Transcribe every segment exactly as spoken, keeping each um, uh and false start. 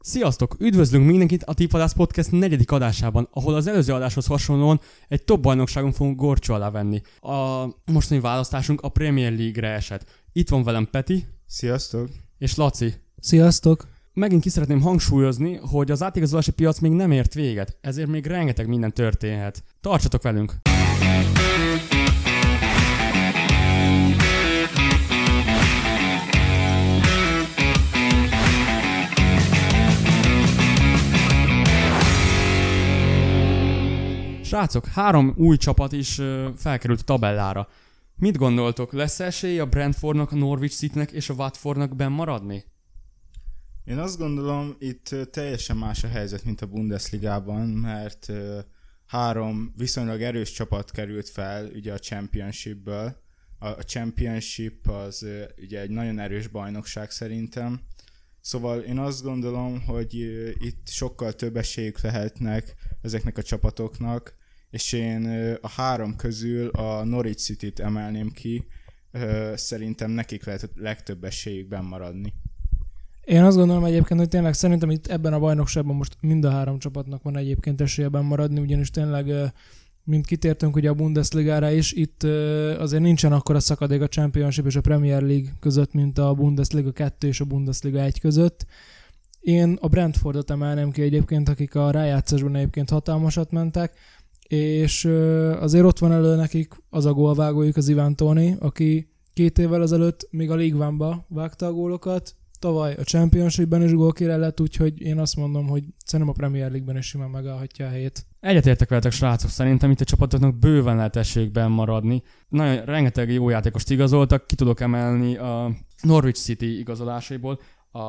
Sziasztok! Üdvözlünk mindenkit a Tippvadász Podcast negyedik adásában, ahol az előző adáshoz hasonlóan egy top bajnokságon fogunk górcső alá venni. A mostani választásunk a Premier League-re esett. Itt van velem Peti. Sziasztok! És Laci. Sziasztok! Megint ki szeretném hangsúlyozni, hogy az átigazolási piac még nem ért véget, ezért még rengeteg minden történhet. Tartsatok velünk! Srácok, három új csapat is uh, felkerült a tabellára. Mit gondoltok, lesz esély a Brentfordnak, a Norwich Citynek és a Watfordnak benn maradni? Én azt gondolom, itt teljesen más a helyzet, mint a Bundesligában, mert uh, három viszonylag erős csapat került fel ugye a Championshipből. A, a Championship az uh, ugye egy nagyon erős bajnokság szerintem. Szóval én azt gondolom, hogy uh, itt sokkal több esélyük lehetnek ezeknek a csapatoknak, és én uh, a három közül a Norwich Cityt emelném ki, uh, szerintem nekik lehet a legtöbb esélyük benn maradni. Én azt gondolom egyébként, hogy tényleg szerintem itt ebben a bajnokságban most mind a három csapatnak van egyébként esélyeben maradni, ugyanis tényleg, mint kitértünk ugye a Bundesligára is, itt azért nincsen akkora szakadék a Championship és a Premier League között, mint a Bundesliga kettő és a Bundesliga egy között. Én a Brentfordot emelném ki egyébként, akik a rájátszásban egyébként hatalmasat mentek, és azért ott van elő nekik az a gólvágójuk, az Ivan Toney, aki két évvel ezelőtt még a League One-ba vágta a gólokat, tavaly a Championshipben is gólkirály lett, úgyhogy én azt mondom, hogy szerintem a Premier League-ben is simán megállhatja a helyét. Egyetértek veletek, srácok, szerintem itt a csapatoknak bőven lehet esélyükben maradni. Nagyon rengeteg jó játékost igazoltak, ki tudok emelni a Norwich City igazolásaiból, a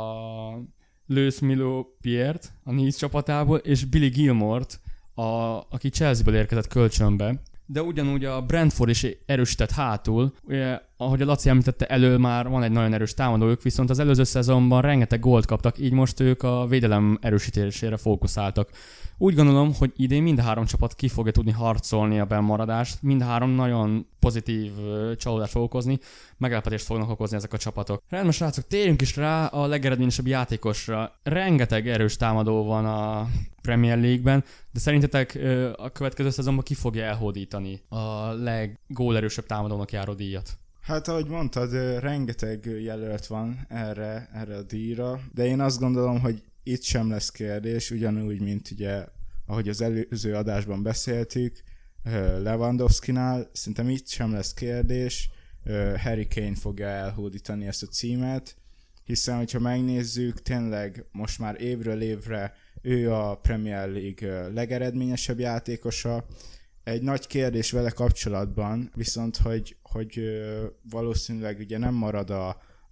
Lewis Milo Pierre-t a Nice csapatából, és Billy Gilmore-t, a, aki Chelsea-ből érkezett kölcsönbe. De ugyanúgy a Brentford is erősített hátul, ugye, ahogy a Laci említette, elől már van egy nagyon erős támadójuk, viszont az előző szezonban rengeteg gólt kaptak, így most ők a védelem erősítésére fókuszáltak. Úgy gondolom, hogy idén mind a három csapat ki fogja tudni harcolni a bennmaradást, mind a három nagyon pozitív csalódást fog okozni, meglepetést fognak okozni ezek a csapatok. Rendben, srácok, térjünk is rá a legeredményesebb játékosra. Rengeteg erős támadó van a Premier League-ben, de szerintetek a következő szezonban ki fogja elhódítani a leggólerősebb támadónak járó díjat? Hát ahogy mondtad, rengeteg jelölt van erre, erre a díjra, de én azt gondolom, hogy itt sem lesz kérdés, ugyanúgy, mint ugye, ahogy az előző adásban beszéltük, Lewandowskinál, szerintem itt sem lesz kérdés, Harry Kane fogja elhódítani ezt a címet, hiszen, hogyha megnézzük, tényleg most már évről évre ő a Premier League legeredményesebb játékosa. Egy nagy kérdés vele kapcsolatban, viszont, hogy, hogy valószínűleg ugye nem marad a,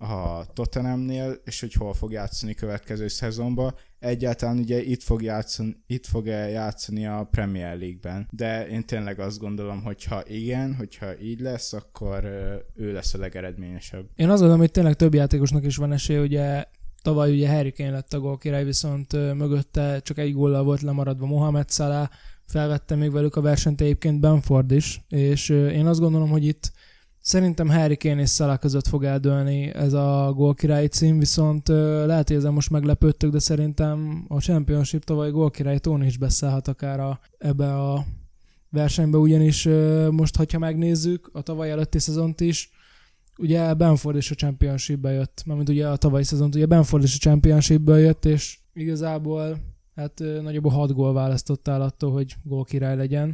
a Tottenhamnél, és hogy hol fog játszani következő szezonban. Egyáltalán ugye itt fog játszani, itt fog játszani a Premier League-ben. De én tényleg azt gondolom, hogyha igen, hogyha így lesz, akkor ő lesz a legeredményesebb. Én azt gondolom, hogy tényleg több játékosnak is van esély, ugye tavaly ugye Harry Kane lett a gólkirály, viszont mögötte csak egy góllal volt lemaradva Mohamed Salah, felvette még velük a versenyt egyébként Brentford is, és én azt gondolom, hogy itt szerintem Harry Kane és Salah között fog eldőlni ez a gólkirályi cím, viszont lehet, hogy ezzel most meglepődtök, de szerintem a Championship tavaly gólkirályi Toney is beszállhat akár a, ebbe a versenybe, ugyanis most, hogyha megnézzük a tavaly előtti szezont is, ugye Brentford is a Championshipbe jött, mármint ugye a tavalyi szezont, ugye Brentford is a Championshipből jött, és igazából hát nagyjából hat gól választott el attól, hogy gólkirály legyen.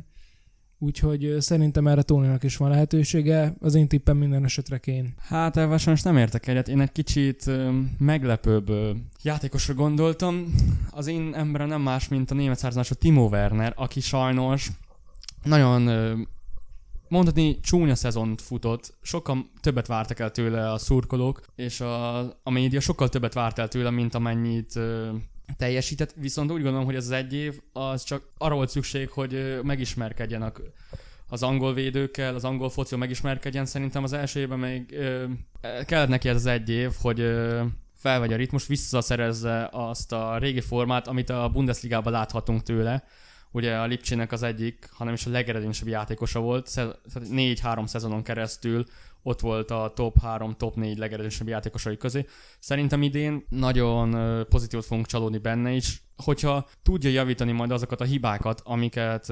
Úgyhogy szerintem erre Tóninak is van lehetősége, az én tippem minden esetre Kane. Hát ebben sajnos nem értek egyet, én egy kicsit ö, meglepőbb ö, játékosra gondoltam. Az én emberem nem más, mint a német származású Timo Werner, aki sajnos nagyon ö, mondhatni csúnya szezont futott, sokkal többet vártak el tőle a szurkolók, és a, a média sokkal többet várt el tőle, mint amennyit ö, teljesített, viszont úgy gondolom, hogy ez az egy év, az csak arra volt szükség, hogy megismerkedjen az angol védőkkel, az angol foció megismerkedjen. Szerintem az első évben még ö, kellett neki ez az egy év, hogy ö, felvegye a ritmus, visszaszerezze azt a régi formát, amit a Bundesligában láthatunk tőle. Ugye a Lipcsének az egyik, hanem is a legeredményesebb játékosa volt, négy-három szezonon keresztül ott volt a top három, top négy legerősebb játékosai közé. Szerintem idén nagyon pozitívot fogunk csalódni benne is, hogyha tudja javítani majd azokat a hibákat, amiket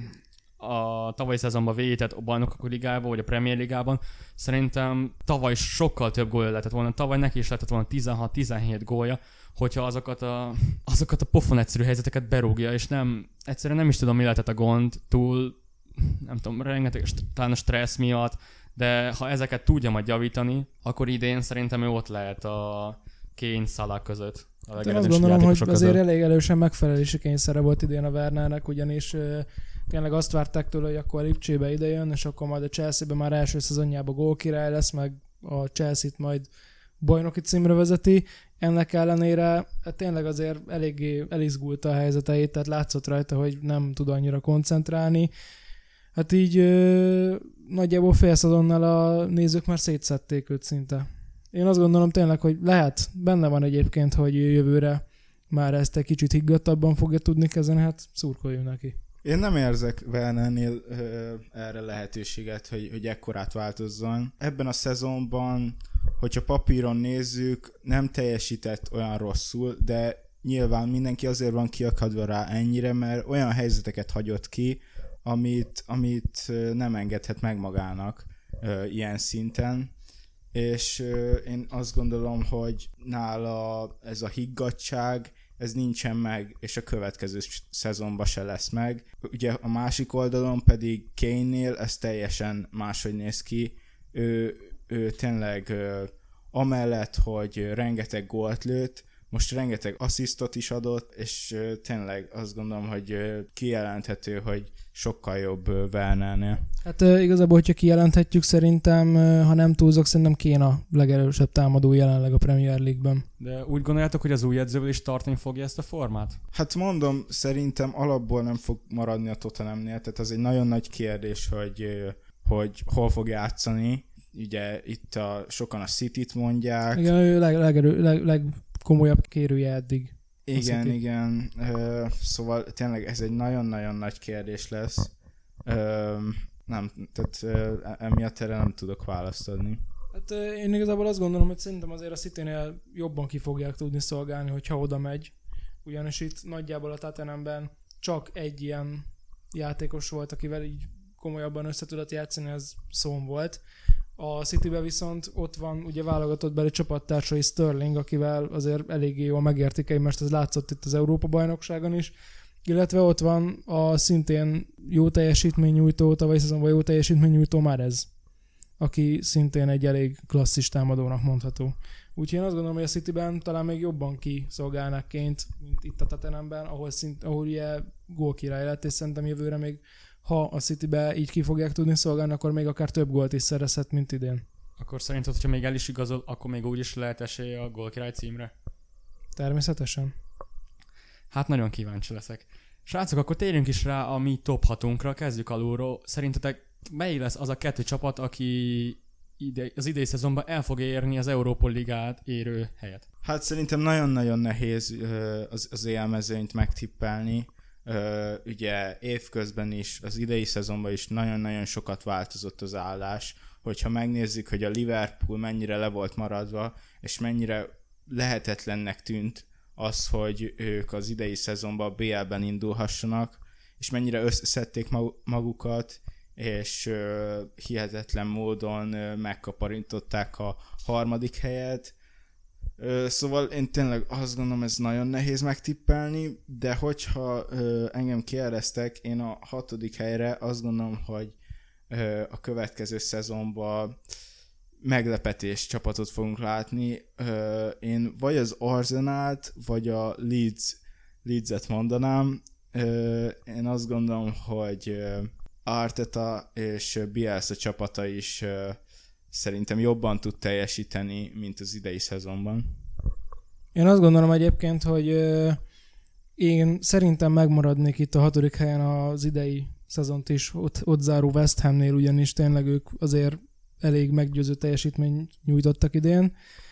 a tavalyi szezonban védett a Bajnokok Ligában, vagy a Premier Ligában. Szerintem tavaly sokkal több gólja lehetett volna. Tavaly neki is lehetett volna tizenhat-tizenhét gólja, hogyha azokat a, azokat a pofon egyszerű helyzeteket berúgja, és nem, egyszerűen nem is tudom, mi lehetett a gond, túl, nem tudom, rengeteg, talán a stressz miatt, de ha ezeket tudja majd javítani, akkor idén szerintem ő ott lehet a Kane Salah között. Én azt gondolom, hogy között. Azért elég erősen megfelelési kényszere volt idén a Wernernek, ugyanis uh, tényleg azt várták tőle, hogy akkor a Lipcsébe idejön, és akkor majd a Chelsea-ben már első szezonjában gólkirály lesz, meg a Chelsea-t majd bajnoki címre vezeti. Ennek ellenére hát tényleg azért eléggé elizgulta a helyzeteit, tehát látszott rajta, hogy nem tud annyira koncentrálni. Hát így ö, nagyjából fél szezonnal a nézők már szétszedték őt szinte. Én azt gondolom tényleg, hogy lehet, benne van egyébként, hogy jövőre már ezt egy kicsit higgadtabban fogja tudni kezelni, hát szurkoljunk neki. Én nem érzek Wernernél ö, erre lehetőséget, hogy, hogy ekkorát változzon. Ebben a szezonban, hogyha papíron nézzük, nem teljesített olyan rosszul, de nyilván mindenki azért van kiakadva rá ennyire, mert olyan helyzeteket hagyott ki, amit, amit nem engedhet meg magának ö, ilyen szinten. És ö, én azt gondolom, hogy nála ez a higgadtság, ez nincsen meg, és a következő szezonban se lesz meg. Ugye a másik oldalon pedig Kane-nél ez teljesen máshogy néz ki. Ő, ő tényleg ö, amellett, hogy rengeteg gólt lőtt, most rengeteg asszisztot is adott, és ö, tényleg azt gondolom, hogy ö, kijelenthető, hogy sokkal jobb ö, Wernernél. Hát ö, igazából, hogyha kijelenthetjük, szerintem, ö, ha nem túlzok, szerintem Kane a legerősebb támadó jelenleg a Premier League-ben. De úgy gondoljátok, hogy az új edzővel is tartani fogja ezt a formát? Hát mondom, szerintem alapból nem fog maradni a Tottenhamnél, tehát az egy nagyon nagy kérdés, hogy, ö, hogy hol fog játszani. Ugye itt a, sokan a Cityt mondják. Igen, ő leg, legerő, leg, legkomolyabb kérője eddig. Igen, igen. Ö, szóval tényleg ez egy nagyon-nagyon nagy kérdés lesz. Ö, nem, tehát ö, emiatt erre nem tudok választ adni. Hát én igazából azt gondolom, hogy szerintem azért a Citynél jobban ki fogják tudni szolgálni, hogyha oda megy. Ugyanis itt nagyjából a Tottenhamben csak egy ilyen játékos volt, akivel így komolyabban össze tudott játszani, ez Son volt. A Cityben viszont ott van ugye válogatott beli csapattársai Sterling, akivel azért eléggé jól megértik egymást, ez látszott itt az Európa-bajnokságon is, illetve ott van a szintén jó teljesítménynyújtó, tavalyi szezonban jó teljesítménynyújtó Mahrez, aki szintén egy elég klasszis támadónak mondható. Úgyhogy én azt gondolom, hogy a Cityben talán még jobban kiszolgálnak Kane-t, mint itt a Tottenhamben, ahol, szint, ahol ugye gólkirály lett, és szerintem jövőre még ha a Citybe így ki fogják tudni szolgálni, akkor még akár több gólt is szerezhet, mint idén. Akkor szerinted, hogyha még el is igazol, akkor még úgy is lehet esélye a gólkirály címre? Természetesen. Hát nagyon kíváncsi leszek. Srácok, akkor térjünk is rá a mi top hatunkra, kezdjük alulról. Szerintetek melyik lesz az a kettő csapat, aki ide, az idei szezonban el fog érni az Európa Ligát érő helyet? Hát szerintem nagyon-nagyon nehéz az, az élmezőnyt megtippelni. Uh, ugye évközben is, az idei szezonban is nagyon-nagyon sokat változott az állás, hogyha megnézzük, hogy a Liverpool mennyire le volt maradva, és mennyire lehetetlennek tűnt az, hogy ők az idei szezonban a bé el-ben indulhassanak, és mennyire összeszedték magukat, és uh, hihetetlen módon uh, megkaparintották a harmadik helyet. Szóval én tényleg azt gondolom, ez nagyon nehéz megtippelni, de hogyha ö, engem kérdeztek, én a hatodik helyre azt gondolom, hogy ö, a következő szezonban meglepetés csapatot fogunk látni. Ö, én vagy az Arsenalt, vagy a Leeds, Leeds-et mondanám. Ö, én azt gondolom, hogy ö, Arteta és Bielsa csapata is ö, szerintem jobban tud teljesíteni, mint az idei szezonban. Én azt gondolom egyébként, hogy euh, én szerintem megmaradnék itt a hatodik helyen az idei szezont is, ott, ott záró West Hamnél, ugyanis tényleg ők azért elég meggyőző teljesítményt nyújtottak idén,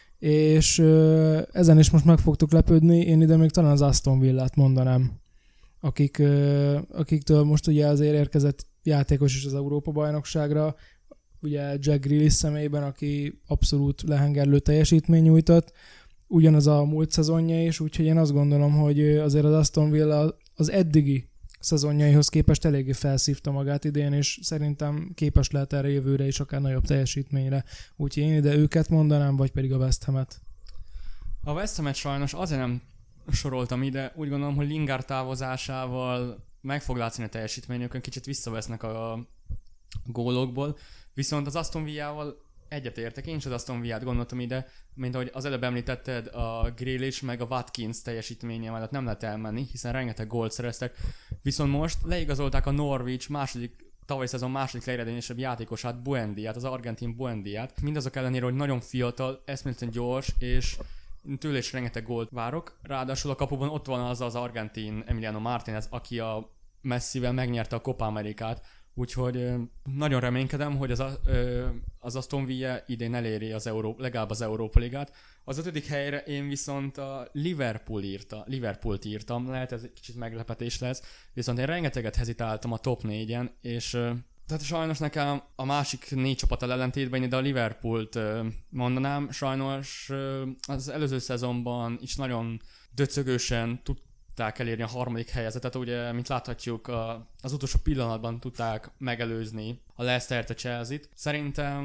és euh, ezen is most meg fogtok lepődni, én ide még talán az Aston Villát mondanám, akik, euh, akiktől most ugye azért érkezett játékos is az Európa-bajnokságra, ugye Jack Grealish személyben, aki abszolút lehengerlő teljesítmény nyújtott, ugyanaz a múlt szezonja is, úgyhogy én azt gondolom, hogy azért az Aston Villa az eddigi szezonjaihoz képest eléggé felszívta magát idén, és szerintem képes lehet erre jövőre is akár nagyobb teljesítményre. Úgyhogy én ide őket mondanám, vagy pedig a West Hamet. A West Hamet sajnos azért nem soroltam ide, úgy gondolom, hogy Lingard távozásával meg fog látszani a teljesítményükön, kicsit visszavesznek a gólokból, viszont az Aston Villával egyetértek, én is az Aston Villát gondoltam ide, mint ahogy az előbb említetted, a Grealish meg a Watkins teljesítménye mellett nem lehet elmenni, hiszen rengeteg gólt szereztek, viszont most leigazolták a Norwich második, tavalyi szezon második legeredményesebb játékosát, Buendiát, az argentin Buendiát, mindazok ellenére, hogy nagyon fiatal, eszméletlen gyors, és tőle is rengeteg gólt várok, ráadásul a kapuban ott van az az argentin Emiliano Martinez, aki a Messivel megnyerte a Copa Amerikát, úgyhogy nagyon reménykedem, hogy az, az Aston Villa idén eléri az Euró, legalább az Európa Ligát. Az ötödik helyre én viszont a Liverpool írta, Liverpoolt írtam, lehet ez egy kicsit meglepetés lesz, viszont én rengeteget hezitáltam a top négyen, és tehát sajnos nekem a másik négy csapattal ellentétben ide a Liverpoolt mondanám, sajnos az előző szezonban is nagyon döcögősen tud tudták elérni a harmadik helyezetet, ugye, mint láthatjuk, a, az utolsó pillanatban tudták megelőzni a Leicester-t, a Chelsea-t. Szerintem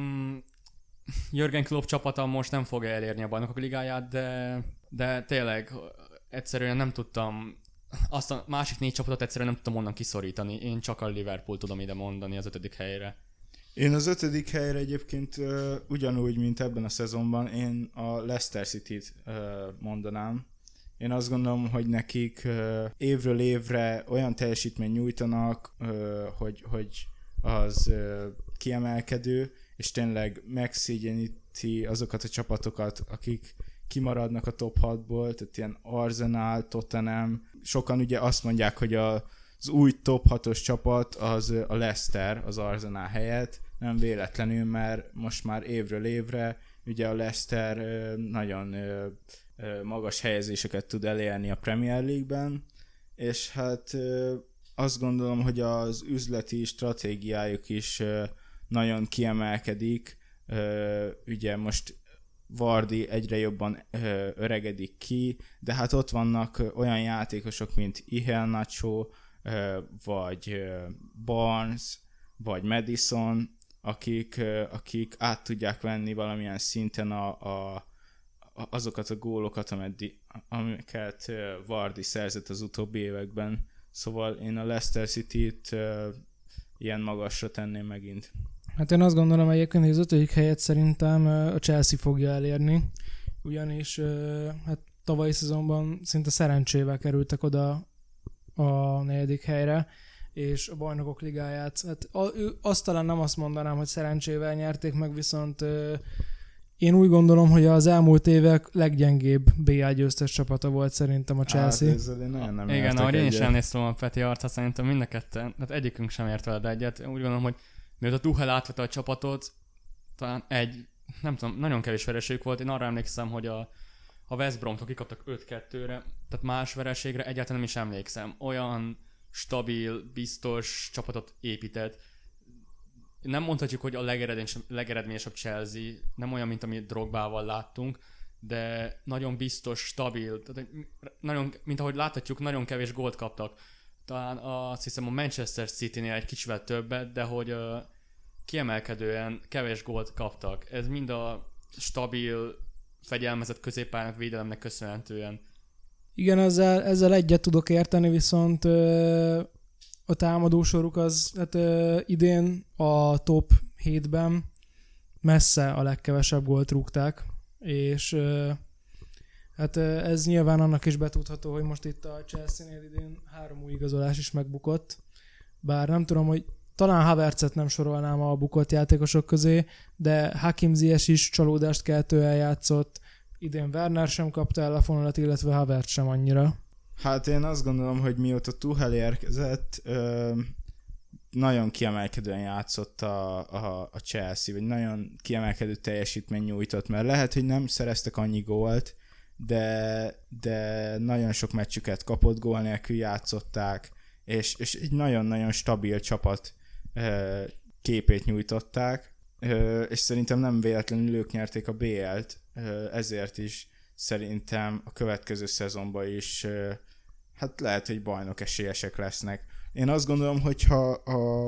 Jürgen Klopp csapata most nem fogja elérni a Bajnokok Ligáját, de, de tényleg egyszerűen nem tudtam, azt a másik négy csapatot egyszerűen nem tudtam onnan kiszorítani. Én csak a Liverpool tudom ide mondani az ötödik helyre. Én az ötödik helyre egyébként uh, ugyanúgy, mint ebben a szezonban, én a Leicester City-t uh, mondanám. Én azt gondolom, hogy nekik uh, évről évre olyan teljesítményt nyújtanak, uh, hogy, hogy az uh, kiemelkedő, és tényleg megszégyeníti azokat a csapatokat, akik kimaradnak a top hatból, tehát ilyen Arsenal, Tottenham. Sokan ugye azt mondják, hogy a, az új top hatos csapat az a Leicester az Arsenal helyett, nem véletlenül, mert most már évről évre ugye a Leicester uh, nagyon uh, magas helyezéseket tud elérni a Premier League-ben, és hát azt gondolom, hogy az üzleti stratégiájuk is nagyon kiemelkedik. Ugye most Vardy egyre jobban öregedik ki, de hát ott vannak olyan játékosok, mint Iheanacho, vagy Barnes, vagy Madison, akik, akik át tudják venni valamilyen szinten a, a azokat a gólokat, ameddig, amiket Vardy szerzett az utóbbi években. Szóval én a Leicester City-t uh, ilyen magasra tenném megint. Hát én azt gondolom egyébként, hogy az ötödik helyet szerintem a Chelsea fogja elérni, ugyanis uh, hát tavalyi szezonban szinte szerencsével kerültek oda a negyedik helyre, és a Bajnokok Ligáját, hát azt talán nem azt mondanám, hogy szerencsével nyerték meg, viszont uh, én úgy gondolom, hogy az elmúlt évek leggyengébb bé á győztes csapata volt szerintem a Chelsea. Hát ezzel én nagyon nem Igen, ahogy én is elnéztem a Peti arcát, szerintem mind a ketten, hát egyikünk sem ért veled egyet. Úgy gondolom, hogy mióta Tuchel átvette a csapatot, talán egy, nem tudom, nagyon kevés vereség volt. Én arra emlékszem, hogy a, a West Bromtól kikaptak öt kettőre, tehát más vereségre egyáltalán nem is emlékszem. Olyan stabil, biztos csapatot épített. Nem mondhatjuk, hogy a legeredményesebb, legeredményesebb Chelsea, nem olyan, mint amit Drogbával láttunk, de nagyon biztos, stabil, tehát nagyon, mint ahogy láthatjuk, nagyon kevés gólt kaptak. Talán azt hiszem a Manchester City-nél egy kicsivel többet, de hogy uh, kiemelkedően kevés gólt kaptak. Ez mind a stabil, fegyelmezett középpályának védelemnek köszönhetően. Igen, ezzel, ezzel egyet tudok érteni, viszont uh... a támadósoruk az hát, ö, idén a top hétben messze a legkevesebb gólt rúgták, és ö, hát ö, ez nyilván annak is betudható, hogy most itt a Chelsea-nél idén három új igazolás is megbukott, bár nem tudom, hogy talán Havertzet nem sorolnám a bukott játékosok közé, de Hakim Ziyech is csalódást keltően játszott, idén Werner sem kapta el a fonalat, illetve Havertz sem annyira. Hát én azt gondolom, hogy mióta Tuchel érkezett, ö, nagyon kiemelkedően játszott a, a, a Chelsea, vagy nagyon kiemelkedő teljesítmény nyújtott, mert lehet, hogy nem szereztek annyi gólt, de, de nagyon sok meccsüket kapott, gól nélkül játszották, és, és egy nagyon-nagyon stabil csapat ö, képét nyújtották. és szerintem nem véletlenül ők nyerték a bé el-t, ezért is szerintem a következő szezonban is hát lehet, hogy bajnok esélyesek lesznek. Én azt gondolom, hogyha a,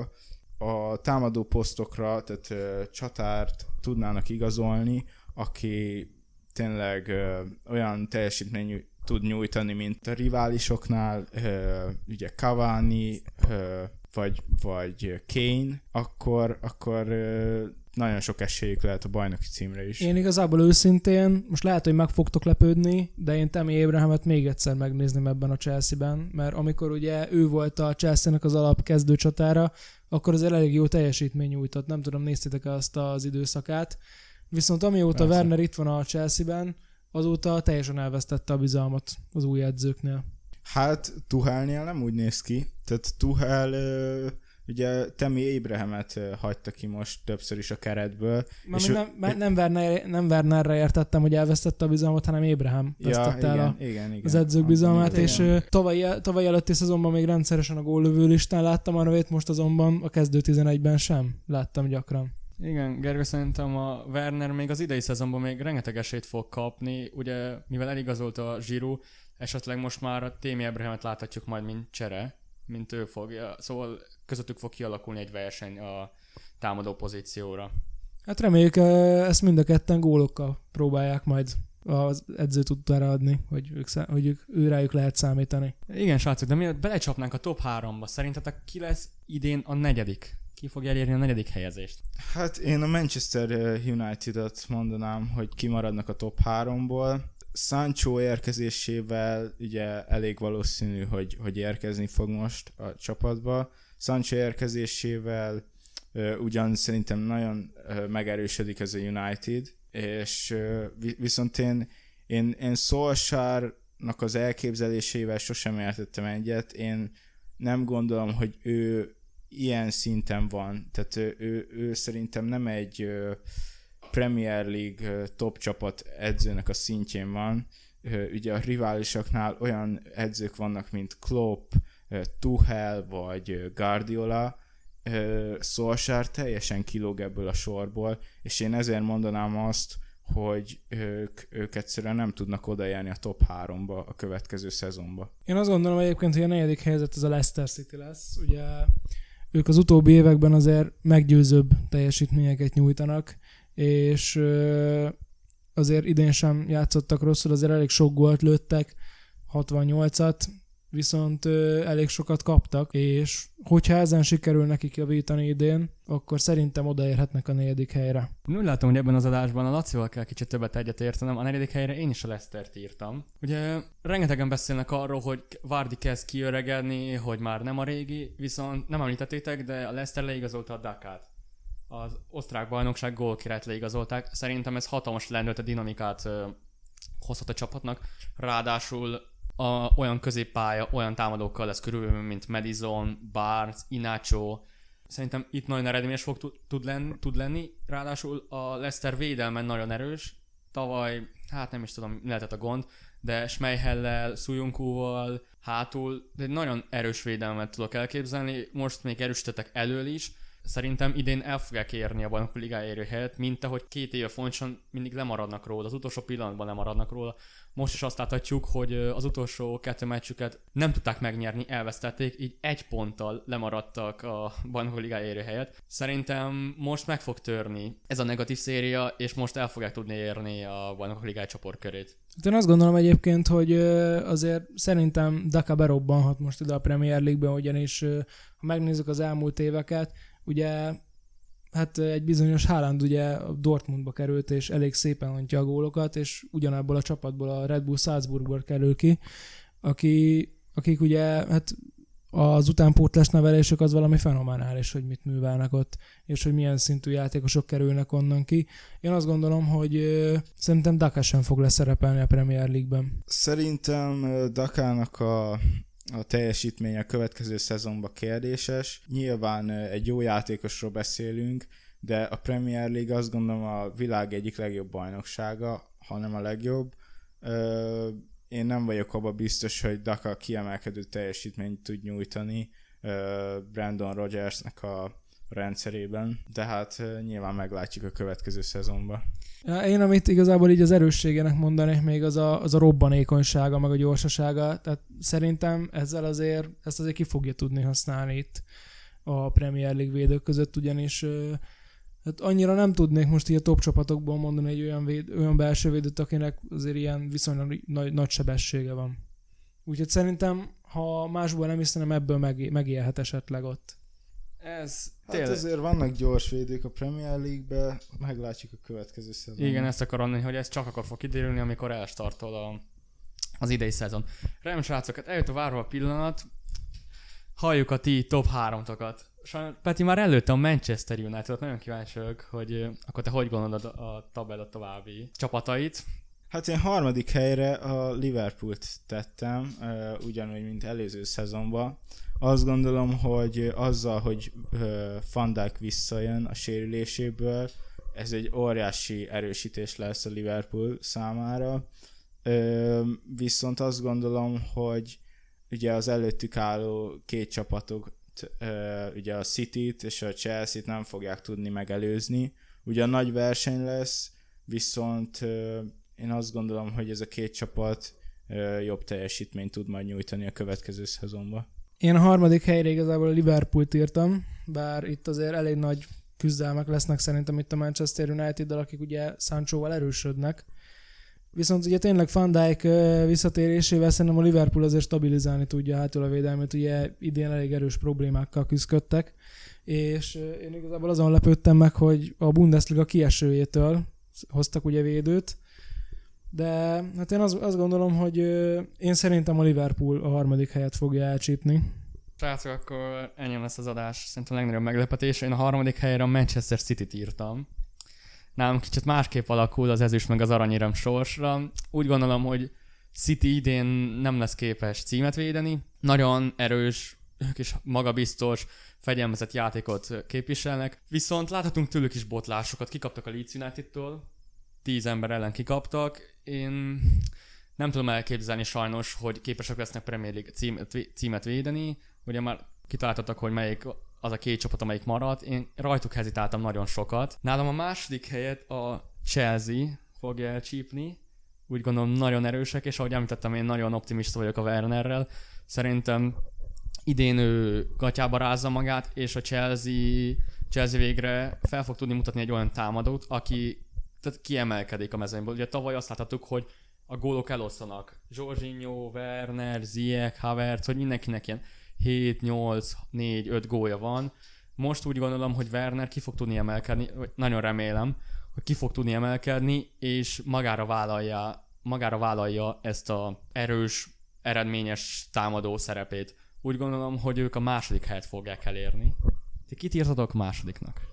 a támadó posztokra, tehát ö, csatárt tudnának igazolni, aki tényleg ö, olyan teljesítmény tud nyújtani, mint a riválisoknál, ö, ugye Cavani, ö, vagy, vagy Kane, akkor, akkor ö, nagyon sok esélyük lehet a bajnoki címre is. Én igazából őszintén, most lehet, hogy meg fogtok lepődni, de én Tammy Abrahamet még egyszer megnézném ebben a Chelsea-ben, mert amikor ugye ő volt a Chelsea-nek az alap kezdő csatára, akkor azért elég jó teljesítmény nyújtott. Nem tudom, néztétek azt az időszakát. Viszont amióta Persze. Werner itt van a Chelsea-ben, azóta teljesen elvesztette a bizalmat az új edzőknél. Hát Tuchelnél nem úgy néz ki. Tehát Tuchel... Ö... Ugye Tammy Abrahamet hagyta ki most többször is a keretből. És nem, ő... nem, Werner, nem Wernerre értettem, hogy elvesztette a bizalmat, hanem Abraham ja, vesztette el a, igen, igen, az edzők bizalmát, igen. és tavaly, tavaly előtti szezonban még rendszeresen a góllövő listán láttam a nevét, most azonban a kezdő tizenegyben sem láttam gyakran. Igen, Gergő, szerintem a Werner még az idei szezonban még rengeteg esélyt fog kapni, ugye mivel eligazolt a Giroud, esetleg most már a Tammy Abrahamet láthatjuk majd, mint csere, mint ő fogja, szóval közöttük fog kialakulni egy verseny a támadó pozícióra. Hát reméljük, ezt mind a ketten gólokkal próbálják majd az edzőt utára adni, hogy, ők, hogy ők, ő rájuk lehet számítani. Igen, srácok, de mielőtt belecsapnánk a top háromba, szerintetek ki lesz idén a negyedik? Ki fog elérni a negyedik helyezést? Hát én a Manchester United-ot mondanám, hogy kimaradnak a top háromból. Sancho érkezésével ugye elég valószínű, hogy, hogy érkezni fog most a csapatba. Sancho érkezésével uh, ugyan szerintem nagyon uh, megerősödik ez a United, és uh, viszont én, én, én Solskjaernak az elképzelésével sosem értettem egyet. Én nem gondolom, hogy ő ilyen szinten van. Tehát ő, ő, ő szerintem nem egy... Uh, Premier League top csapat edzőnek a szintjén van. Ugye a riválisoknál olyan edzők vannak, mint Klopp, Tuchel vagy Guardiola. Solskjaer teljesen kilóg ebből a sorból, és én ezért mondanám azt, hogy ők, ők egyszerűen nem tudnak odaérni a top háromba a következő szezonba. Én azt gondolom egyébként, hogy a negyedik helyzet az a Leicester City lesz. Ugye ők az utóbbi években azért meggyőzőbb teljesítményeket nyújtanak, és azért idén sem játszottak rosszul, azért elég sok gólt lőttek, hatvannyolcat, viszont elég sokat kaptak, és hogyha ezen sikerül nekik javítani idén, akkor szerintem odaérhetnek a negyedik helyre. Én úgy látom, hogy ebben az adásban a Lacival kell kicsit többet egyet értenem, a negyedik helyre én is a Leicestert írtam. Ugye rengetegen beszélnek arról, hogy Vardy kezd kiöregedni, hogy már nem a régi, viszont nem említettétek, de a Leicester leigazolta a Dakát. Az osztrák bajnokság gólkirályt leigazolták. Szerintem ez hatalmas lendületet, a dinamikát ö, hozhat a csapatnak. Ráadásul a, olyan középpálya, olyan támadókkal lesz körülbelül, mint Madison, Barnes, Inacho. Szerintem itt nagyon eredményes fog tud, tud, lenni, tud lenni. Ráadásul a Leicester védelmen nagyon erős. Tavaly, hát nem is tudom, mi lehetett a gond, de Schmeichellel, Sujunkúval, hátul, de egy nagyon erős védelmet tudok elképzelni. Most még erősítettek elől is. Szerintem idén el fogják érni a bajnokok ligájára helyet, mint ahogy két éve fontosan mindig lemaradnak róla, az utolsó pillanatban lemaradnak róla. Most is azt láthatjuk, hogy az utolsó kettő meccsüket nem tudták megnyerni, elvesztették, így egy ponttal lemaradtak a bajnokok ligájára helyet. Szerintem most meg fog törni ez a negatív széria, és most el fogják tudni érni a bajnokok ligája csoportkörét. Én azt gondolom egyébként, hogy azért szerintem Daka berobbanhat most ide a Premier League-ben, ugyanis ha megnézzük az elmúlt éveket, ugye hát egy bizonyos Haaland ugye a Dortmundba került, és elég szépen ontja a gólokat, és ugyanabból a csapatból a Red Bull Salzburgból kerül ki, aki, akik ugye hát az utánpótlás nevelésük az valami fenomenális, hogy mit művelnek ott, és hogy milyen szintű játékosok kerülnek onnan ki. Én azt gondolom, hogy ö, szerintem Daka sem fog leszerepelni a Premier League-ben. Szerintem Dakának a, a teljesítménye a következő szezonban kérdéses. Nyilván egy jó játékosról beszélünk, de a Premier League azt gondolom a világ egyik legjobb bajnoksága, hanem a legjobb. Ö, Én nem vagyok abban biztos, hogy Daka kiemelkedő teljesítményt tud nyújtani Brandon Rodgersnek a rendszerében, de hát nyilván meglátjuk a következő szezonban. Ja, én amit igazából így az erősségének mondanék még az a, az a robbanékonysága, meg a gyorsasága, tehát szerintem ezzel azért, ezt azért ki fogja tudni használni itt a Premier League védők között, ugyanis hát annyira nem tudnék most így a top csapatokból mondani egy olyan, véd, olyan belső védőt, akinek azért ilyen viszonylag nagy, nagy sebessége van. Úgyhogy szerintem, ha másból nem hiszem, ebből meg, megélhet esetleg ott. Ez hát tényleg... azért vannak gyors védők a Premier League-be, meglátjuk a következő szezonban. Igen, ezt akarom mondani, hogy ez csak akkor fog kiderülni, amikor elstartol a, az idei szezon. Remélem, srácok, hát eljött a várva a pillanat, halljuk a ti top háromtokat. Sajnos Peti már előtte a Manchester United-ot, nagyon kíváncsi vagyok, hogy akkor te hogy gondolod a tabella további csapatait? Hát én harmadik helyre a Liverpoolt tettem, ugyanúgy, mint előző szezonban. Azt gondolom, hogy azzal, hogy Van Dijk visszajön a sérüléséből, ez egy óriási erősítés lesz a Liverpool számára. Viszont azt gondolom, hogy ugye az előttük álló két csapatok, ugye a Cityt és a Chelsea-t nem fogják tudni megelőzni. Ugye nagy verseny lesz, viszont én azt gondolom, hogy ez a két csapat jobb teljesítményt tud majd nyújtani a következő szezonban. Én a harmadik helyre igazából a Liverpoolt írtam, bár itt azért elég nagy küzdelmek lesznek szerintem itt a Manchester United-dal, akik ugye Sanchoval erősödnek. Viszont ugye tényleg Van Dijk visszatérésével szerintem a Liverpool azért stabilizálni tudja hátul a védelmet, ugye idén elég erős problémákkal küzdöttek, és én igazából azon lepődtem meg, hogy a Bundesliga kiesőjétől hoztak ugye védőt, de hát én azt, azt gondolom, hogy én szerintem a Liverpool a harmadik helyet fogja elcsípni. Srácok, akkor ennyi lesz az adás. Szerintem a legnagyobb meglepetés. Én a harmadik helyre a Manchester City-t írtam. Nálam kicsit másképp alakul az ezüst meg az aranyérem sorsra. Úgy gondolom, hogy City idén nem lesz képes címet védeni. Nagyon erős, ők is magabiztos, fegyelmezett játékot képviselnek. Viszont láthatunk tőlük is botlásokat. Kikaptak a Leeds United-től. Tíz ember ellen kikaptak. Én nem tudom elképzelni sajnos, hogy képesek lesznek Premier League címet, címet védeni. Ugye már kitaláltattak, hogy melyik az a két csapat, amelyik maradt. Én rajtuk hezitáltam nagyon sokat. Nálam a második helyet a Chelsea fogja elcsípni. Úgy gondolom nagyon erősek, és ahogy említettem, én nagyon optimista vagyok a Wernerrel. Szerintem idén ő gatyába rázza magát, és a Chelsea, Chelsea végre fel fog tudni mutatni egy olyan támadót, aki tehát kiemelkedik a mezőnyből. Ugye tavaly azt láthattuk, hogy a gólok elosszanak. Jorginho, Werner, Ziyech, Havertz, hogy mindenkinek ilyen hét, nyolc, négy, öt gólja van. Most úgy gondolom, hogy Werner ki fog tudni emelkedni, vagy nagyon remélem, hogy ki fog tudni emelkedni, és magára vállalja, magára vállalja ezt a erős, eredményes támadó szerepét. Úgy gondolom, hogy ők a második helyet fogják elérni. Ti kit írtatok másodiknak?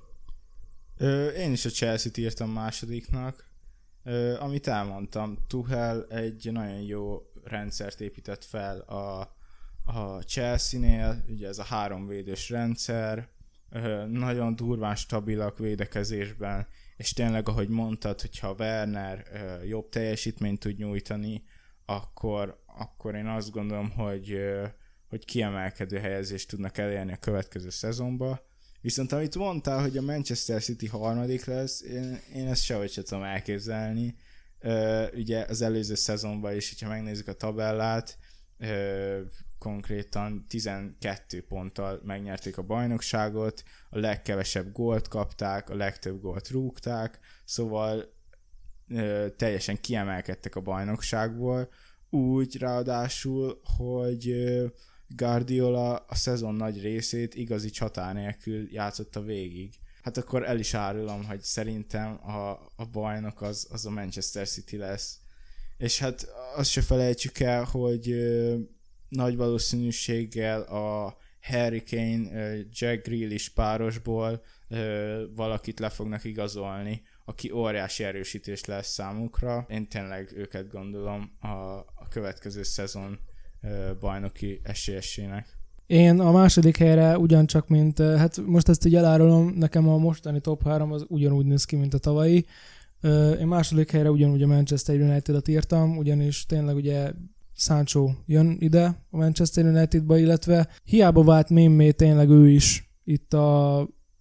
Ö, én is a Chelsea-t írtam másodiknak. Ö, amit elmondtam, Tuchel egy nagyon jó rendszert épített fel a, a Chelsea-nél, ugye ez a háromvédős rendszer, ö, nagyon durván stabilak védekezésben, és tényleg, ahogy mondtad, hogyha Werner ö, jobb teljesítményt tud nyújtani, akkor, akkor én azt gondolom, hogy, ö, hogy kiemelkedő helyezést tudnak elérni a következő szezonban. Viszont amit mondtál, hogy a Manchester City harmadik lesz, én, én ezt sehogy sem tudom elképzelni. Ö, ugye az előző szezonban is, hogyha megnézzük a tabellát, ö, konkrétan tizenkét ponttal megnyerték a bajnokságot, a legkevesebb gólt kapták, a legtöbb gólt rúgták, szóval ö, teljesen kiemelkedtek a bajnokságból, úgy ráadásul, hogy ö, Guardiola a szezon nagy részét igazi csatár nélkül játszotta végig. Hát akkor el is árulom, hogy szerintem a, a bajnok az, az a Manchester City lesz. És hát azt se felejtsük el, hogy ö, nagy valószínűséggel a Harry Kane, ö, Jack Grealish párosból ö, valakit le fognak igazolni, aki óriási erősítés lesz számukra. Én tényleg őket gondolom a, a következő szezon bajnoki esélyesének. Én a második helyre ugyancsak, mint, hát most ezt így elárulom, nekem a mostani top három az ugyanúgy néz ki, mint a tavalyi. Én második helyre ugyanúgy a Manchester United-et írtam, ugyanis tényleg ugye Sancho jön ide a Manchester United-ba, illetve hiába vált mémé tényleg ő is itt a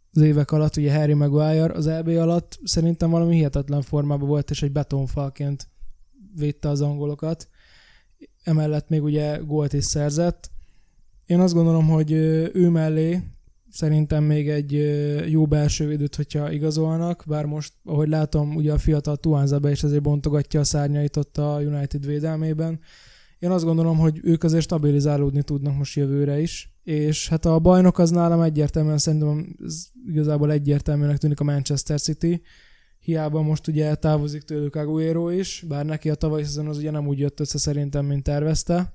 az évek alatt, ugye Harry Maguire az é bé alatt szerintem valami hihetetlen formában volt, és egy betonfalként védte az angolokat. Emellett még ugye gólt is szerzett. Én azt gondolom, hogy ő mellé szerintem még egy jó belső védőt, hogyha igazolnak, bár most, ahogy látom, ugye a fiatal Tuanzebe is azért bontogatja a szárnyait ott a United védelmében. Én azt gondolom, hogy ők azért stabilizálódni tudnak most jövőre is, és hát a bajnok az nálam egyértelműen, szerintem ez igazából egyértelműnek tűnik a Manchester City, hiába most ugye távozik tőlük Agüero is, bár neki a tavalyi szezon az ugye nem úgy jött össze szerintem, mint tervezte,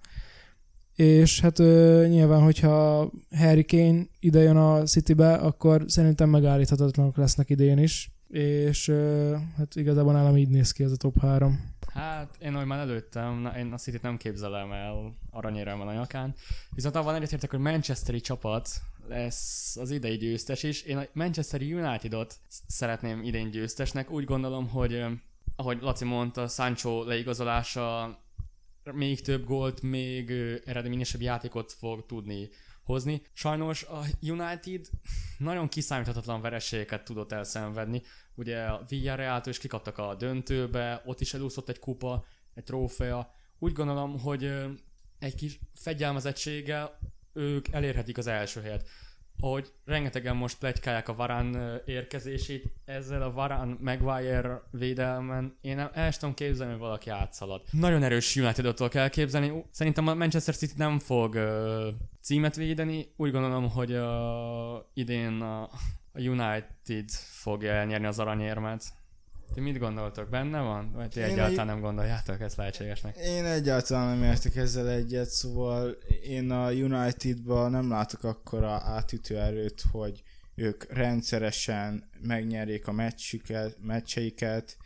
és hát ö, nyilván, hogyha Harry Kane ide jön a Citybe, akkor szerintem megállíthatatlanok lesznek idén is, és ö, hát igazából nálam így néz ki ez a top három. Hát én ahogy már előttem, na, én a Cityt nem képzelem el aranyéremmel a nyakán, viszont abban egyetértek, hogy Manchesteri csapat lesz az idei győztes is. Én a Manchesteri Unitedot szeretném idén győztesnek. Úgy gondolom, hogy ahogy Laci mondta, Sancho leigazolása még több gólt, még eredményesebb játékot fog tudni hozni. Sajnos a United nagyon kiszámíthatatlan vereségeket tudott elszenvedni. Ugye a Villarrealtól is kikaptak a döntőbe, ott is elúszott egy kupa, egy trófea. Úgy gondolom, hogy egy kis fegyelmezettséggel ők elérhetik az első helyet. Ahogy rengetegen most pletykálják a Varane érkezését, ezzel a Varane Maguire védelmen én el, el tudom képzelni, hogy valaki átszalad. Nagyon erős United-től kell képzelni. Szerintem a Manchester City nem fog uh, címet védeni. Úgy gondolom, hogy uh, idén a, a United fogja elnyerni az aranyérmet. Ti mit gondoltok? Benne van? Vagy ti én egyáltalán egy... nem gondoljátok ezt lehetségesnek? Én egyáltalán nem értek ezzel egyet, szóval én a Unitedban nem látok akkora átütő erőt, hogy ők rendszeresen megnyerjék a meccsüket, meccseiket,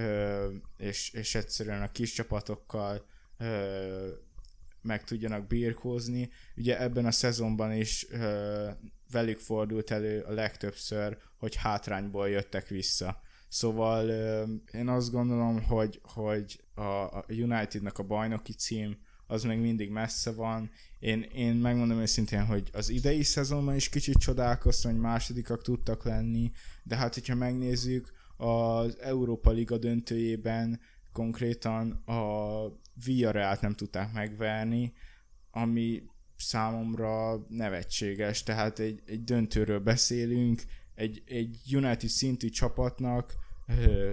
és, és egyszerűen a kis csapatokkal meg tudjanak birkózni. Ugye ebben a szezonban is velük fordult elő a legtöbbször, hogy hátrányból jöttek vissza. Szóval én azt gondolom, hogy, hogy a Unitednak a bajnoki cím az még mindig messze van. Én, én megmondom őszintén, hogy az idei szezonban is kicsit csodálkoztam, hogy másodikak tudtak lenni, de hát hogyha megnézzük, az Európa Liga döntőjében konkrétan a Villarrealt nem tudták megverni, ami számomra nevetséges, tehát egy, egy döntőről beszélünk, egy, egy United szintű csapatnak ö,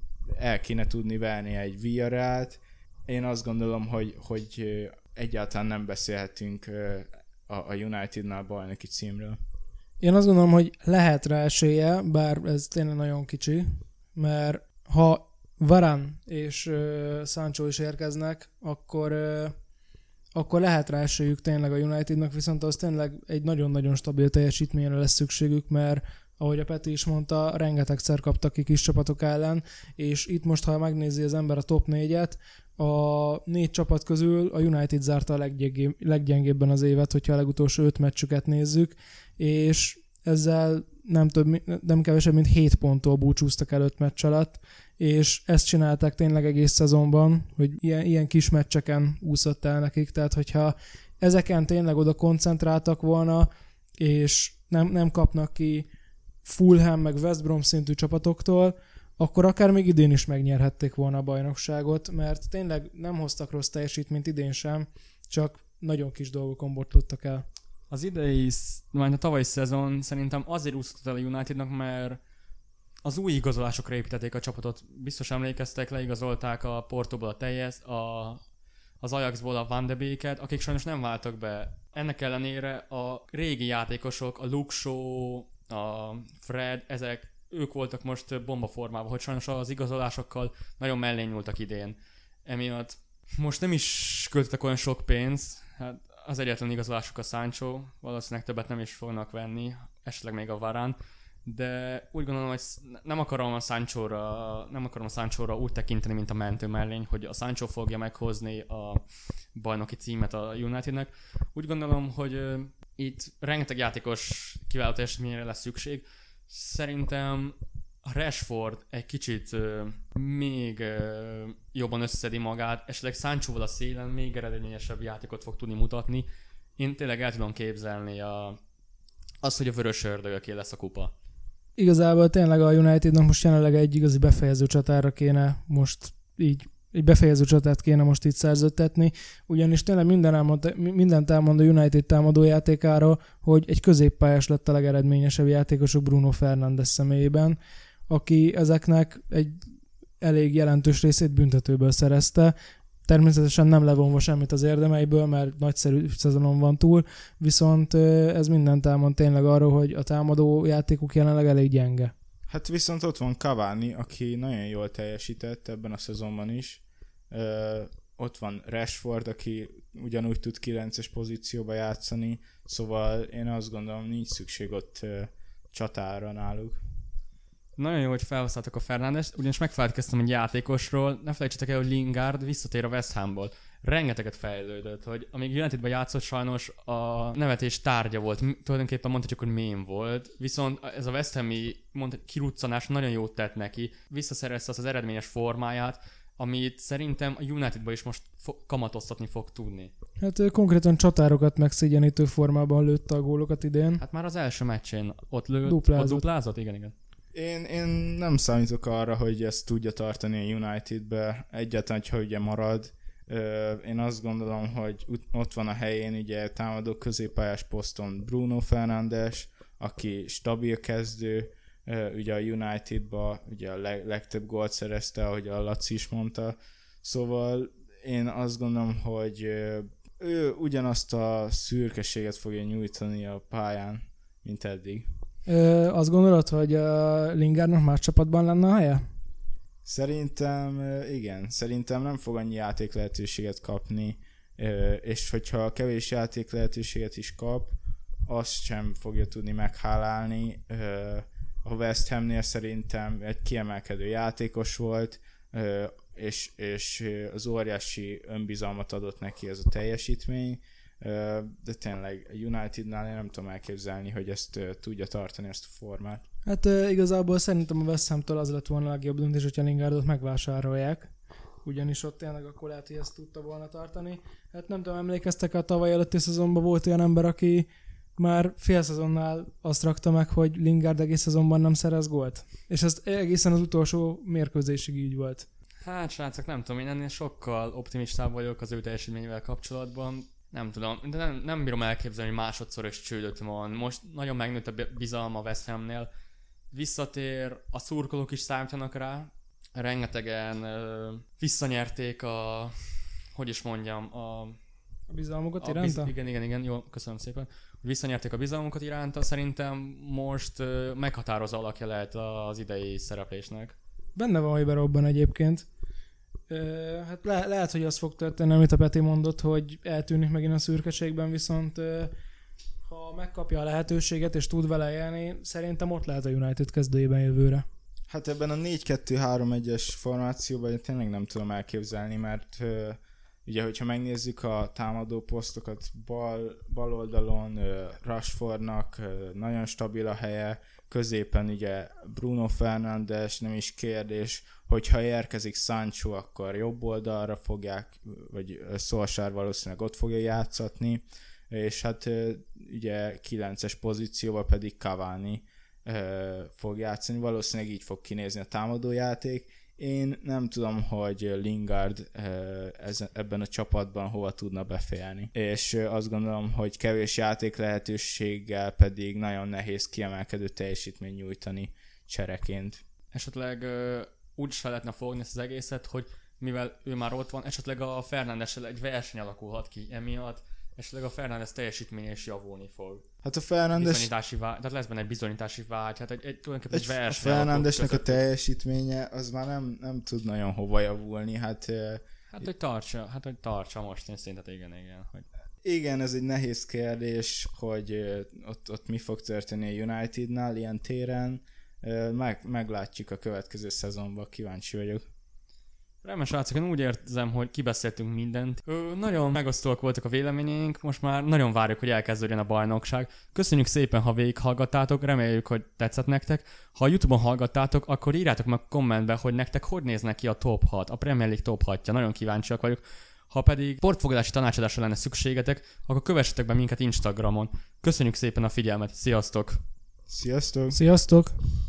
el kéne tudni verni egy Villarrealt. Én azt gondolom, hogy, hogy egyáltalán nem beszélhetünk a, a Unitednál bajnoki címről. Én azt gondolom, hogy lehet rá esélye, bár ez tényleg nagyon kicsi, mert ha Varane és uh, Sancho is érkeznek, akkor, uh, akkor lehet rá esélyük tényleg a Unitednak, viszont az tényleg egy nagyon-nagyon stabil teljesítményre lesz szükségük, mert ahogy a Peti is mondta, rengetegszer kaptak ki kis csapatok ellen, és itt most, ha megnézi az ember a top négyet, a négy csapat közül a United zárta a leggyengébb, leggyengébben az évet, hogyha a legutolsó öt meccsüket nézzük, és ezzel nem, több, nem kevesebb, mint hét ponttól búcsúztak el öt meccs alatt, és ezt csinálták tényleg egész szezonban, hogy ilyen, ilyen kis meccseken úszott el nekik, tehát hogyha ezeken tényleg oda koncentráltak volna, és nem, nem kapnak ki Fulham meg West Brom szintű csapatoktól, akkor akár még idén is megnyerhették volna a bajnokságot, mert tényleg nem hoztak rossz teljesítményt idén sem, csak nagyon kis dolgokon botlottak el. Az idei, majd a tavalyi szezon szerintem azért úszott el a Unitednak, mert az új igazolásokra építették a csapatot. Biztos emlékeztek, leigazolták a Portóból a Teljes, a, az Ajaxból a Van de Beeket, akik sajnos nem váltak be. Ennek ellenére a régi játékosok, a Luke Shaw, a Fred, ezek ők voltak most bombaformában, hogy sajnos az igazolásokkal nagyon mellé nyúltak idén. Emiatt most nem is költöttek olyan sok pénzt, hát az egyetlen igazolásuk a Sancho, valószínűleg többet nem is fognak venni, esetleg még a Varane, de úgy gondolom, hogy nem akarom a Sanchóra, nem akarom a Sanchóra úgy tekinteni, mint a mentő mellény, hogy a Sancho fogja meghozni a bajnoki címet a Unitednek. Úgy gondolom, hogy uh, itt rengeteg játékos kiváló teljesítményre lesz szükség. Szerintem a Rashford egy kicsit uh, még uh, jobban összeszedi magát, esetleg Sanchóval a szélen még eredményesebb játékot fog tudni mutatni. Én tényleg el tudom képzelni a, azt, hogy a vörös ördögöké lesz a kupa. igazából tényleg a Unitednak most jelenleg egy igazi befejező csatára kéne most így, egy befejező csatát kéne most itt szerződtetni, ugyanis tényleg minden elmond, mindent elmond a United támadójátékáról, hogy egy középpályás lett a legeredményesebb játékosok Bruno Fernandes személyében, aki ezeknek egy elég jelentős részét büntetőből szerezte, természetesen nem levonva semmit az érdemeiből, mert nagyszerű szezonon van túl, viszont ez mindent elmond tényleg arról, hogy a támadó játékuk jelenleg elég gyenge. Hát viszont ott van Cavani, aki nagyon jól teljesített ebben a szezonban is. Ö, ott van Rashford, aki ugyanúgy tud kilences pozícióba játszani, szóval én azt gondolom, nincs szükség ott ö, csatára náluk. Nagyon jó, hogy felhasználtak a Fernandest, ugyanis megfelelkeztem egy játékosról, ne felejtsétek el, hogy Lingard visszatér a West Hamból. Rengeteget fejlődött, hogy amíg Unitedben játszott, sajnos a nevetés tárgya volt, tulajdonképpen mondhatjuk, hogy mém volt, viszont ez a West Ham-i kiruccanás nagyon jót tett neki, visszaszerezte azt az eredményes formáját, amit szerintem a Unitedban is most fo- kamatoztatni fog tudni. Hát ő konkrétan csatárokat megszégyenítő formában lőtte a gólokat idén. Hát már az első meccsén ott lőtt, Duplázott. ott duplázott, igen, igen. Én, én nem számítok arra, hogy ezt tudja tartani a Unitedbe, egyáltalán, ha ugye marad. Én azt gondolom, hogy ott van a helyén ugye támadó középpályás poszton Bruno Fernandes, aki stabil kezdő, ugye a Unitedba ugye a leg, legtöbb gólt szerezte, ahogy a Laci is mondta. Szóval én azt gondolom, hogy ő ugyanazt a szürkeséget fogja nyújtani a pályán, mint eddig. Ö, azt gondolod, hogy a Lingardnak más csapatban lenne a helye? Szerintem igen, szerintem nem fog annyi játék lehetőséget kapni, és hogyha kevés játék lehetőséget is kap, azt sem fogja tudni meghálálni. A West Hamnél szerintem egy kiemelkedő játékos volt, és, és az óriási önbizalmat adott neki ez a teljesítmény, de tényleg a Unitednál én nem tudom elképzelni, hogy ezt tudja tartani, ezt a formát. Hát igazából szerintem a West Hamtől az lett volna a legjobb döntés, hogyha Lingardot megvásárolják, ugyanis ott tényleg akkor lehet, hogy ezt tudta volna tartani. Hát nem tudom, emlékeztek, a tavaly előtti szezonban volt olyan ember, aki már fél szezonnál azt rakta meg, hogy Lingard egész szezonban nem szerez gólt. És ez egészen az utolsó mérkőzésig így volt. Hát srácok, nem tudom, én ennél sokkal optimistább vagyok az ő teljesítményével kapcsolatban. Nem tudom, de nem, nem bírom elképzelni, hogy másodszor is csődöt van. Most nagyon megnőtt a bizalma a West Hamnél. Visszatér, a szurkolók is számítanak rá. Rengetegen ö, visszanyerték a, hogy is mondjam, a... A bizalmukat a iránta? Biz, igen, igen, igen, jó, köszönöm szépen. Visszanyerték a bizalmukat iránta, szerintem most ö, meghatározó alakja lehet az idei szereplésnek. Benne van, hogy berobban egyébként. Hát le- lehet, hogy az fog történni, amit a Peti mondott, hogy eltűnik megint a szürkeségben, viszont ha megkapja a lehetőséget és tud vele élni, szerintem ott lehet a United kezdőjében jövőre. Hát ebben a négy kettő három egyes formációban én tényleg nem tudom elképzelni, mert uh, ugye, hogyha megnézzük a támadó posztokat, bal, bal oldalon uh, Rashfordnak uh, nagyon stabil a helye, középen ugye Bruno Fernandes, nem is kérdés, hogyha érkezik Sancho, akkor jobb oldalra fogják, vagy Solskjaer valószínűleg ott fogja játszatni, és hát uh, ugye kilences pozícióban pedig Cavani fog játszani, valószínűleg így fog kinézni a támadójáték. Én nem tudom, hogy Lingard ebben a csapatban hova tudna beférni. És azt gondolom, hogy kevés játék lehetőséggel pedig nagyon nehéz kiemelkedő teljesítményt nyújtani csereként. Esetleg úgy is fel lehetne fogni ezt az egészet, hogy mivel ő már ott van, esetleg a Fernandessel egy verseny alakulhat ki emiatt, esetleg a Fernandes teljesítménye is javulni fog. Hát a Fernandes... Bizonyítási vágy, tehát lesz benne egy bizonyítási vágy, hát egy, egy tulajdonképpen egy, egy verseny. A Fernandesnek a teljesítménye az már nem, nem tud nagyon hova javulni, hát... Hát, hogy tartsa, hát, hogy tartsa most, én szerintem igen, igen. Hogy... Igen, ez egy nehéz kérdés, hogy ott, ott mi fog történni a Unitednál ilyen téren. Meg, meglátjuk a következő szezonban, kíváncsi vagyok. Remélem, srácok, én úgy érzem, hogy kibeszéltünk mindent. Ö, nagyon megosztóak voltak a véleményeink, most már nagyon várjuk, hogy elkezdődjön a bajnokság. Köszönjük szépen, ha végighallgattátok, reméljük, hogy tetszett nektek. Ha a YouTube-on hallgattátok, akkor írjátok meg kommentbe, hogy nektek hogy néznek ki a top hat, a Premier League top hatja, nagyon kíváncsiak vagyok. Ha pedig sportfogadási tanácsadásra lenne szükségetek, akkor kövessetek be minket Instagramon. Köszönjük szépen a figyelmet, sziasztok! Sziasztok! Sziasztok!